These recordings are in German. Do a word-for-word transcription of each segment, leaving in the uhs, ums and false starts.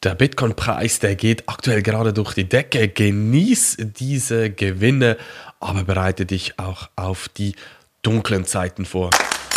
Der Bitcoin-Preis, der geht aktuell gerade durch die Decke. Genieß diese Gewinne, aber bereite dich auch auf die dunklen Zeiten vor.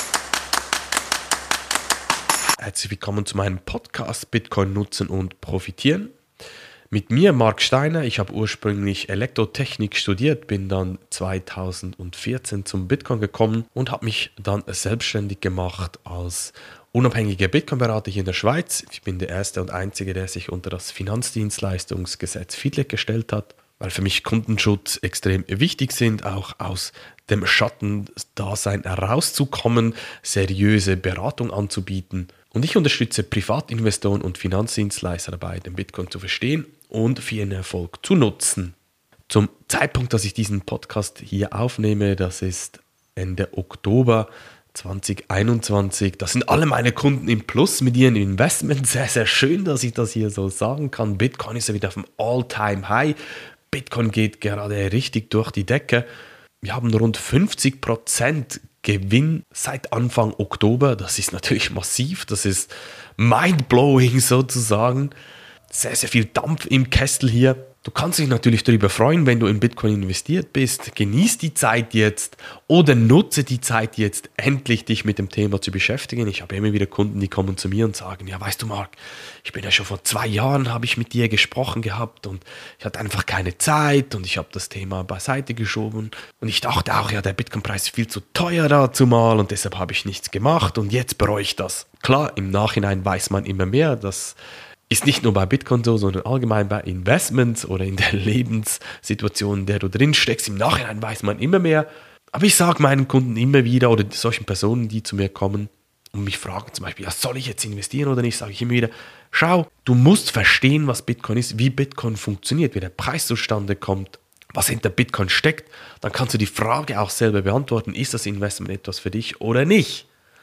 Herzlich willkommen zu meinem Podcast Bitcoin nutzen und profitieren. Mit mir Marc Steiner. Ich habe ursprünglich Elektrotechnik studiert, bin dann zweitausendvierzehn zum Bitcoin gekommen und habe mich dann selbstständig gemacht als unabhängiger Bitcoin-Berater hier in der Schweiz. Ich bin der Erste und Einzige, der sich unter das Finanzdienstleistungsgesetz F I D L E gestellt hat, weil für mich Kundenschutz extrem wichtig sind, auch aus dem Schattendasein herauszukommen, seriöse Beratung anzubieten. Und ich unterstütze Privatinvestoren und Finanzdienstleister dabei, den Bitcoin zu verstehen und für ihren Erfolg zu nutzen. Zum Zeitpunkt, dass ich diesen Podcast hier aufnehme, das ist Ende Oktober zwanzig einundzwanzig. Das sind alle meine Kunden im Plus mit ihren Investments. Sehr, sehr schön, dass ich das hier so sagen kann. Bitcoin ist ja wieder auf dem All-Time-High. Bitcoin geht gerade richtig durch die Decke. Wir haben rund fünfzig Prozent Gewinn seit Anfang Oktober. Das ist natürlich massiv. Das ist mind-blowing sozusagen. Sehr, sehr viel Dampf im Kessel hier. Du kannst dich natürlich darüber freuen, wenn du in Bitcoin investiert bist. Genieß die Zeit jetzt oder nutze die Zeit jetzt, endlich dich mit dem Thema zu beschäftigen. Ich habe immer wieder Kunden, die kommen zu mir und sagen, ja, weißt du Marc, ich bin ja schon vor zwei Jahren, habe ich mit dir gesprochen gehabt und ich hatte einfach keine Zeit und ich habe das Thema beiseite geschoben. Und ich dachte auch, ja, der Bitcoin-Preis ist viel zu teuer dazu mal und deshalb habe ich nichts gemacht und jetzt bereue ich das. Klar, im Nachhinein weiß man immer mehr, dass ist nicht nur bei Bitcoin so, sondern allgemein bei Investments oder in der Lebenssituation, in der du drin steckst. Im Nachhinein weiß man immer mehr. Aber ich sage meinen Kunden immer wieder oder solchen Personen, die zu mir kommen und mich fragen zum Beispiel, ja, soll ich jetzt investieren oder nicht, sage ich immer wieder, schau, du musst verstehen, was Bitcoin ist, wie Bitcoin funktioniert, wie der Preis zustande kommt, was hinter Bitcoin steckt. Dann kannst du die Frage auch selber beantworten, ist das Investment etwas für dich oder nicht?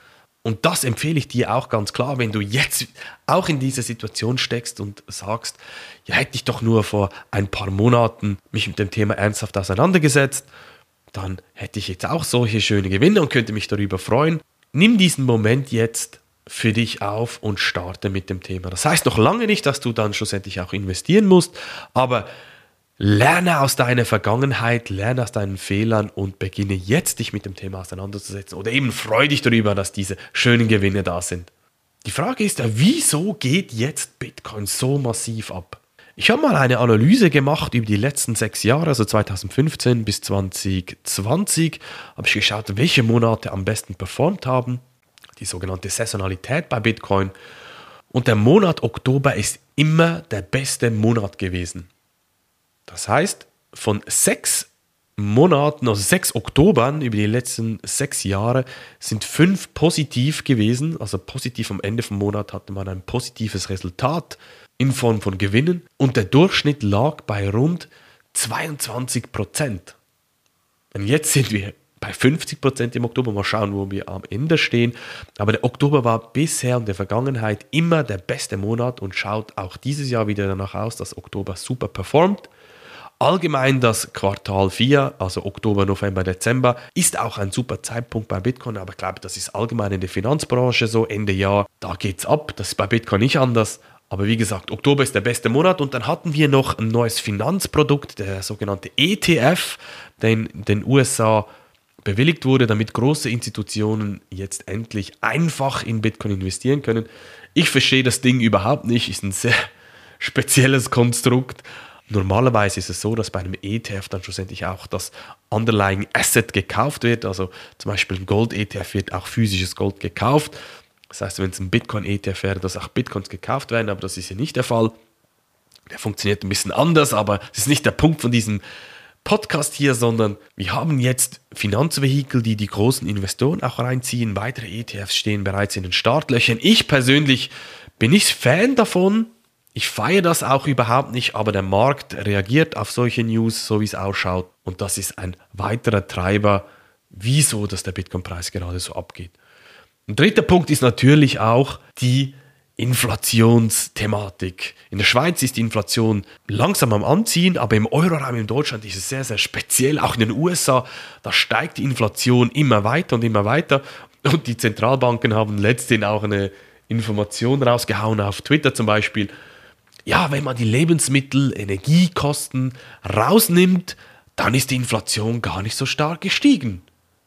Und das empfehle ich dir auch ganz klar, wenn du jetzt auch in dieser Situation steckst und sagst, ja, hätte ich doch nur vor ein paar Monaten mich mit dem Thema ernsthaft auseinandergesetzt, dann hätte ich jetzt auch solche schöne Gewinne und könnte mich darüber freuen. Nimm diesen Moment jetzt für dich auf und starte mit dem Thema. Das heißt noch lange nicht, dass du dann schlussendlich auch investieren musst, aber lerne aus deiner Vergangenheit, lerne aus deinen Fehlern und beginne jetzt, dich mit dem Thema auseinanderzusetzen. Oder eben freu dich darüber, dass diese schönen Gewinne da sind. Die Frage ist ja, wieso geht jetzt Bitcoin so massiv ab? Ich habe mal eine Analyse gemacht über die letzten sechs Jahre, also zweitausendfünfzehn bis zwanzig zwanzig. Habe ich geschaut, welche Monate am besten performt haben. Die sogenannte Saisonalität bei Bitcoin. Und der Monat Oktober ist immer der beste Monat gewesen. Das heißt, von sechs Monaten, also sechs Oktobern über die letzten sechs Jahre, sind fünf positiv gewesen. Also positiv am Ende vom Monat hatte man ein positives Resultat in Form von Gewinnen. Und der Durchschnitt lag bei rund zweiundzwanzig Prozent. Und jetzt sind wir bei fünfzig Prozent im Oktober. Mal schauen, wo wir am Ende stehen. Aber der Oktober war bisher in der Vergangenheit immer der beste Monat und schaut auch dieses Jahr wieder danach aus, dass Oktober super performt. Allgemein das Quartal vier, also Oktober, November, Dezember, ist auch ein super Zeitpunkt bei Bitcoin, aber ich glaube, das ist allgemein in der Finanzbranche so, Ende Jahr, da geht's ab, das ist bei Bitcoin nicht anders. Aber wie gesagt, Oktober ist der beste Monat und dann hatten wir noch ein neues Finanzprodukt, der sogenannte E T F, der in den U S A bewilligt wurde, damit große Institutionen jetzt endlich einfach in Bitcoin investieren können. Ich verstehe das Ding überhaupt nicht, ist ein sehr spezielles Konstrukt. Normalerweise ist es so, dass bei einem E T F dann schlussendlich auch das Underlying Asset gekauft wird. Also zum Beispiel ein Gold-E T F wird auch physisches Gold gekauft. Das heißt, wenn es ein Bitcoin-E T F wäre, dass auch Bitcoins gekauft werden, aber das ist ja nicht der Fall. Der funktioniert ein bisschen anders, aber das ist nicht der Punkt von diesem Podcast hier, sondern wir haben jetzt Finanzvehikel, die die großen Investoren auch reinziehen. Weitere E T Fs stehen bereits in den Startlöchern. Ich persönlich bin nicht Fan davon. Ich feiere das auch überhaupt nicht, aber der Markt reagiert auf solche News, so wie es ausschaut. Und das ist ein weiterer Treiber, wieso dass der Bitcoin-Preis gerade so abgeht. Ein dritter Punkt ist natürlich auch die Inflationsthematik. In der Schweiz ist die Inflation langsam am Anziehen, aber im Euroraum in Deutschland ist es sehr, sehr speziell. Auch in den U S A, da steigt die Inflation immer weiter und immer weiter. Und die Zentralbanken haben letztendlich auch eine Information rausgehauen auf Twitter zum Beispiel. ja, wenn man die Lebensmittel, Energiekosten rausnimmt, dann ist die Inflation gar nicht so stark gestiegen.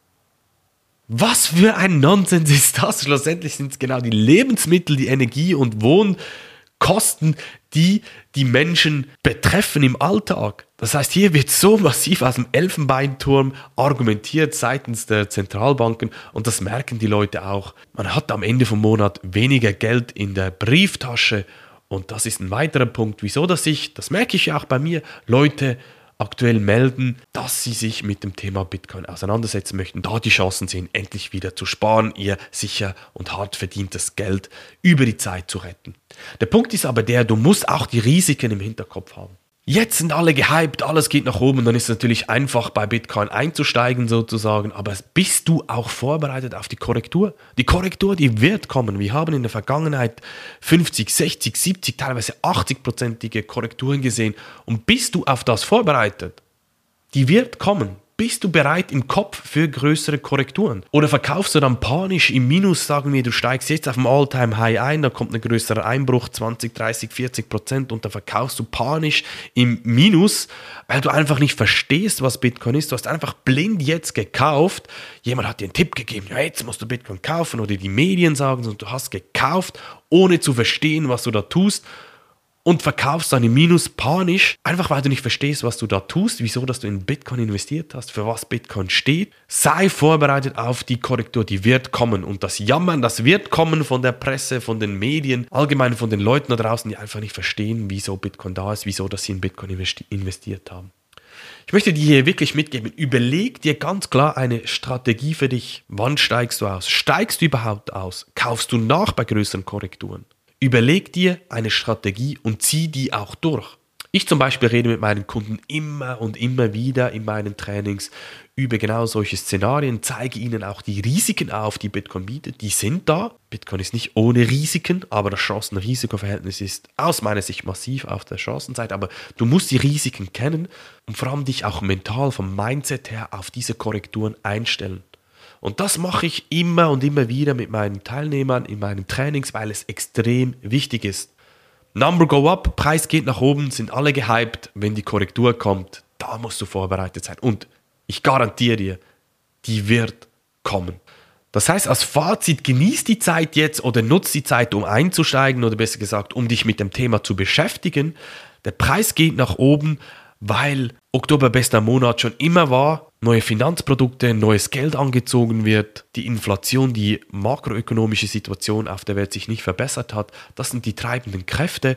Was für ein Nonsens ist das? Schlussendlich sind es genau die Lebensmittel, die Energie- und Wohnkosten, die die Menschen betreffen im Alltag. Das heißt, hier wird so massiv aus dem Elfenbeinturm argumentiert seitens der Zentralbanken und das merken die Leute auch. Man hat am Ende vom Monat weniger Geld in der Brieftasche und das ist ein weiterer Punkt, wieso dass ich, das merke ich ja auch bei mir, Leute aktuell melden, dass sie sich mit dem Thema Bitcoin auseinandersetzen möchten, da die Chancen sehen, endlich wieder zu sparen, ihr sicher und hart verdientes Geld über die Zeit zu retten. Der Punkt ist aber der, du musst auch die Risiken im Hinterkopf haben. Jetzt sind alle gehypt, alles geht nach oben, dann ist es natürlich einfach bei Bitcoin einzusteigen sozusagen, aber bist du auch vorbereitet auf die Korrektur? Die Korrektur, die wird kommen. Wir haben in der Vergangenheit fünfzig, sechzig, siebzig, teilweise achtzig-prozentige Korrekturen gesehen. Und bist du auf das vorbereitet? Die wird kommen. Bist du bereit im Kopf für größere Korrekturen? Oder verkaufst du dann panisch im Minus, sagen wir, du steigst jetzt auf dem All-Time-High ein, da kommt ein größerer Einbruch, zwanzig, dreißig, vierzig Prozent und dann verkaufst du panisch im Minus, weil du einfach nicht verstehst, was Bitcoin ist. Du hast einfach blind jetzt gekauft. Jemand hat dir einen Tipp gegeben, ja, jetzt musst du Bitcoin kaufen oder die Medien sagen und du hast gekauft, ohne zu verstehen, was du da tust. Und verkaufst dann im Minus panisch, einfach weil du nicht verstehst, was du da tust, wieso, dass du in Bitcoin investiert hast, für was Bitcoin steht. Sei vorbereitet auf die Korrektur, die wird kommen. Und das Jammern, das wird kommen von der Presse, von den Medien, allgemein von den Leuten da draußen, die einfach nicht verstehen, wieso Bitcoin da ist, wieso, dass sie in Bitcoin investiert haben. Ich möchte dir hier wirklich mitgeben, überleg dir ganz klar eine Strategie für dich. Wann steigst du aus? Steigst du überhaupt aus? Kaufst du nach bei größeren Korrekturen? Überleg dir eine Strategie und zieh die auch durch. Ich zum Beispiel rede mit meinen Kunden immer und immer wieder in meinen Trainings über genau solche Szenarien, zeige ihnen auch die Risiken auf, die Bitcoin bietet. Die sind da. Bitcoin ist nicht ohne Risiken, aber das Chancen-Risiko-Verhältnis ist aus meiner Sicht massiv auf der Chancenseite. Aber du musst die Risiken kennen und vor allem dich auch mental vom Mindset her auf diese Korrekturen einstellen. Und das mache ich immer und immer wieder mit meinen Teilnehmern in meinen Trainings, weil es extrem wichtig ist. Number go up, Preis geht nach oben, sind alle gehypt. Wenn die Korrektur kommt, da musst du vorbereitet sein. Und ich garantiere dir, die wird kommen. Das heißt, als Fazit, genieß die Zeit jetzt oder nutz die Zeit, um einzusteigen oder besser gesagt, um dich mit dem Thema zu beschäftigen. Der Preis geht nach oben, weil Oktober bester Monat schon immer war, neue Finanzprodukte, neues Geld angezogen wird, die Inflation, die makroökonomische Situation auf der Welt sich nicht verbessert hat. Das sind die treibenden Kräfte.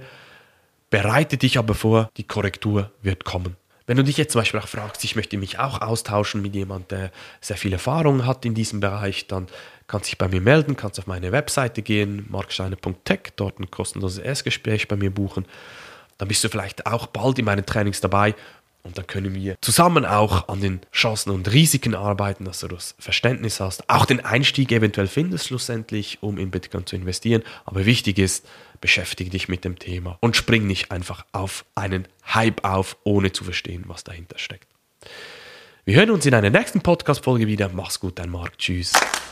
Bereite dich aber vor, die Korrektur wird kommen. Wenn du dich jetzt zum Beispiel auch fragst, ich möchte mich auch austauschen mit jemandem, der sehr viel Erfahrung hat in diesem Bereich, dann kannst du dich bei mir melden, kannst auf meine Webseite gehen, marksteiner punkt tech, dort ein kostenloses Erstgespräch bei mir buchen. Dann bist du vielleicht auch bald in meinen Trainings dabei und dann können wir zusammen auch an den Chancen und Risiken arbeiten, dass du das Verständnis hast, auch den Einstieg eventuell findest schlussendlich, um in Bitcoin zu investieren. Aber wichtig ist, beschäftige dich mit dem Thema und spring nicht einfach auf einen Hype auf, ohne zu verstehen, was dahinter steckt. Wir hören uns in einer nächsten Podcast-Folge wieder. Mach's gut, dein Marc. Tschüss.